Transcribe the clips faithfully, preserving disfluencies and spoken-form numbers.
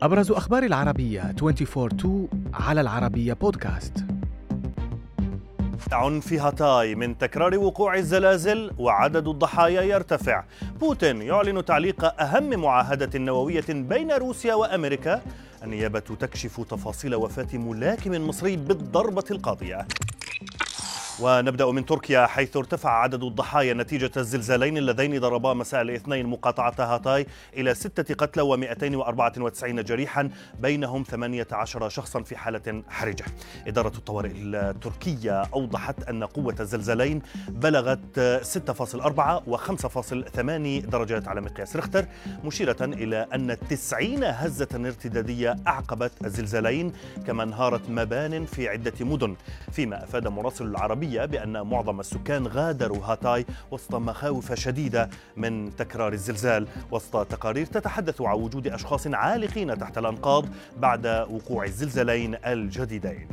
أبرز أخبار العربية أربعة وعشرين اثنين على العربية بودكاست. في هاتاي من تكرار وقوع الزلازل وعدد الضحايا يرتفع. بوتين يعلن تعليق أهم معاهدة نووية بين روسيا وأمريكا. النيابة تكشف تفاصيل وفاة ملاكم مصري بالضربة القاضية. ونبدأ من تركيا، حيث ارتفع عدد الضحايا نتيجة الزلزالين اللذين ضربا مساء الاثنين مقاطعة هاتاي إلى ستة قتلى ومئتين وأربعة وتسعين جريحا، بينهم ثمانية عشر شخصا في حالة حرجة. إدارة الطوارئ التركية أوضحت أن قوة الزلزالين بلغت ستة فاصلة أربعة وخمسة فاصلة ثمانية درجات على مقياس ريختر، مشيرة إلى أن تسعين هزة ارتدادية أعقبت الزلزالين، كما انهارت مبان في عدة مدن. فيما أفاد مراسل العربية بأن معظم السكان غادروا هاتاي وسط مخاوف شديدة من تكرار الزلزال، وسط تقارير تتحدث عن وجود أشخاص عالقين تحت الأنقاض بعد وقوع الزلزالين الجديدين.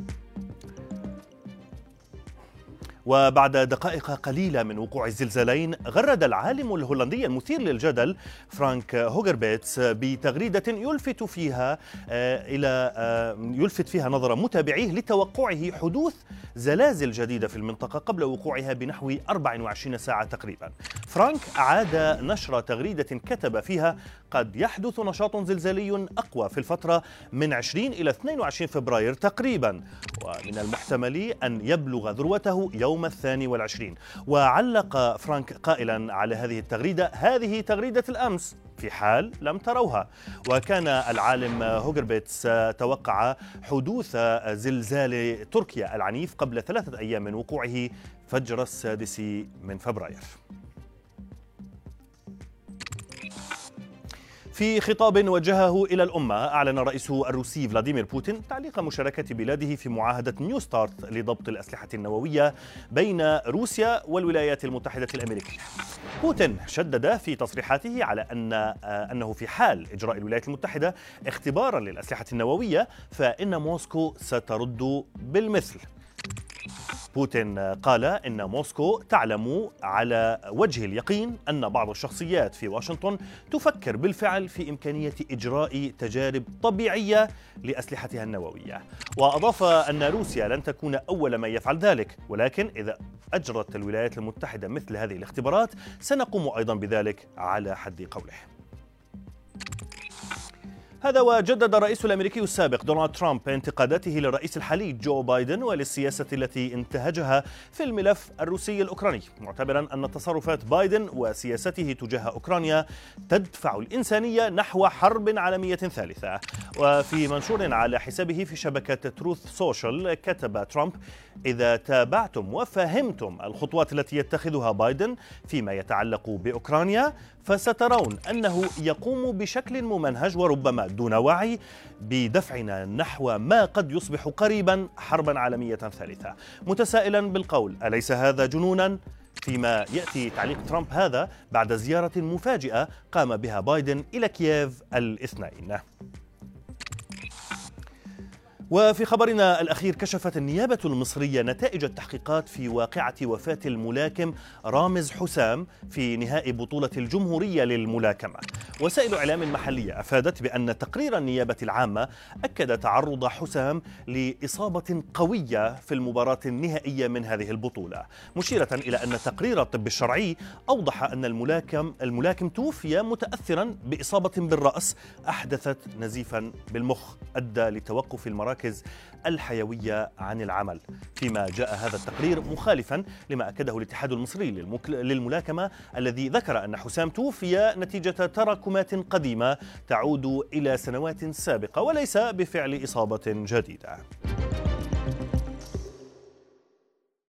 وبعد دقائق قليلة من وقوع الزلزالين، غرد العالم الهولندي المثير للجدل فرانك هوغربيتس بتغريدة يلفت فيها إلى يلفت فيها نظر متابعيه لتوقعه حدوث زلازل جديدة في المنطقة قبل وقوعها بنحو أربع وعشرين ساعة تقريبا. فرانك أعاد نشر تغريدة كتب فيها: قد يحدث نشاط زلزالي أقوى في الفترة من عشرين إلى اثنين وعشرين فبراير تقريبا، ومن المحتمل أن يبلغ ذروته يوم الثاني والعشرين. وعلق فرانك قائلا على هذه التغريدة: هذه تغريدة الأمس في حال لم تروها. وكان العالم هوغربيتس توقع حدوث زلزال تركيا العنيف قبل ثلاثة أيام من وقوعه فجر السادس من فبراير. في خطاب وجهه إلى الأمة، أعلن الرئيس الروسي فلاديمير بوتين تعليق مشاركة بلاده في معاهدة نيو ستارت لضبط الأسلحة النووية بين روسيا والولايات المتحدة الأمريكية. بوتين شدد في تصريحاته على أن أنه في حال إجراء الولايات المتحدة اختبارا للأسلحة النووية فإن موسكو سترد بالمثل. بوتين قال إن موسكو تعلم على وجه اليقين أن بعض الشخصيات في واشنطن تفكر بالفعل في إمكانية إجراء تجارب طبيعية لأسلحتها النووية. وأضاف أن روسيا لن تكون أول من يفعل ذلك، ولكن إذا أجرت الولايات المتحدة مثل هذه الاختبارات سنقوم أيضا بذلك على حد قوله. هذا وجدد الرئيس الأمريكي السابق دونالد ترامب انتقاداته للرئيس الحالي جو بايدن وللسياسة التي انتهجها في الملف الروسي الأوكراني، معتبرا أن تصرفات بايدن وسياسته تجاه أوكرانيا تدفع الإنسانية نحو حرب عالمية ثالثة. وفي منشور على حسابه في شبكة تروث سوشيال كتب ترامب: إذا تابعتم وفهمتم الخطوات التي يتخذها بايدن فيما يتعلق بأوكرانيا فسترون أنه يقوم بشكل ممنهج وربما دون وعي بدفعنا نحو ما قد يصبح قريبا حربا عالمية ثالثة. متسائلا بالقول: أليس هذا جنونا؟ فيما يأتي تعليق ترامب هذا بعد زيارة مفاجئة قام بها بايدن إلى كييف الاثنين. وفي خبرنا الأخير، كشفت النيابة المصرية نتائج التحقيقات في واقعة وفاة الملاكم رامز حسام في نهائي بطولة الجمهورية للملاكمة. وسائل إعلام محلية أفادت بأن تقرير النيابة العامة أكد تعرض حسام لإصابة قوية في المباراة النهائية من هذه البطولة، مشيرة إلى أن تقرير الطب الشرعي أوضح أن الملاكم الملاكم توفي متأثرا بإصابة بالرأس أحدثت نزيفا بالمخ أدى لتوقف المراكز الحيوية عن العمل. فيما جاء هذا التقرير مخالفا لما أكده الاتحاد المصري للملاكمة الذي ذكر أن حسام توفي نتيجة تراكمات قديمة تعود إلى سنوات سابقة وليس بفعل إصابة جديدة.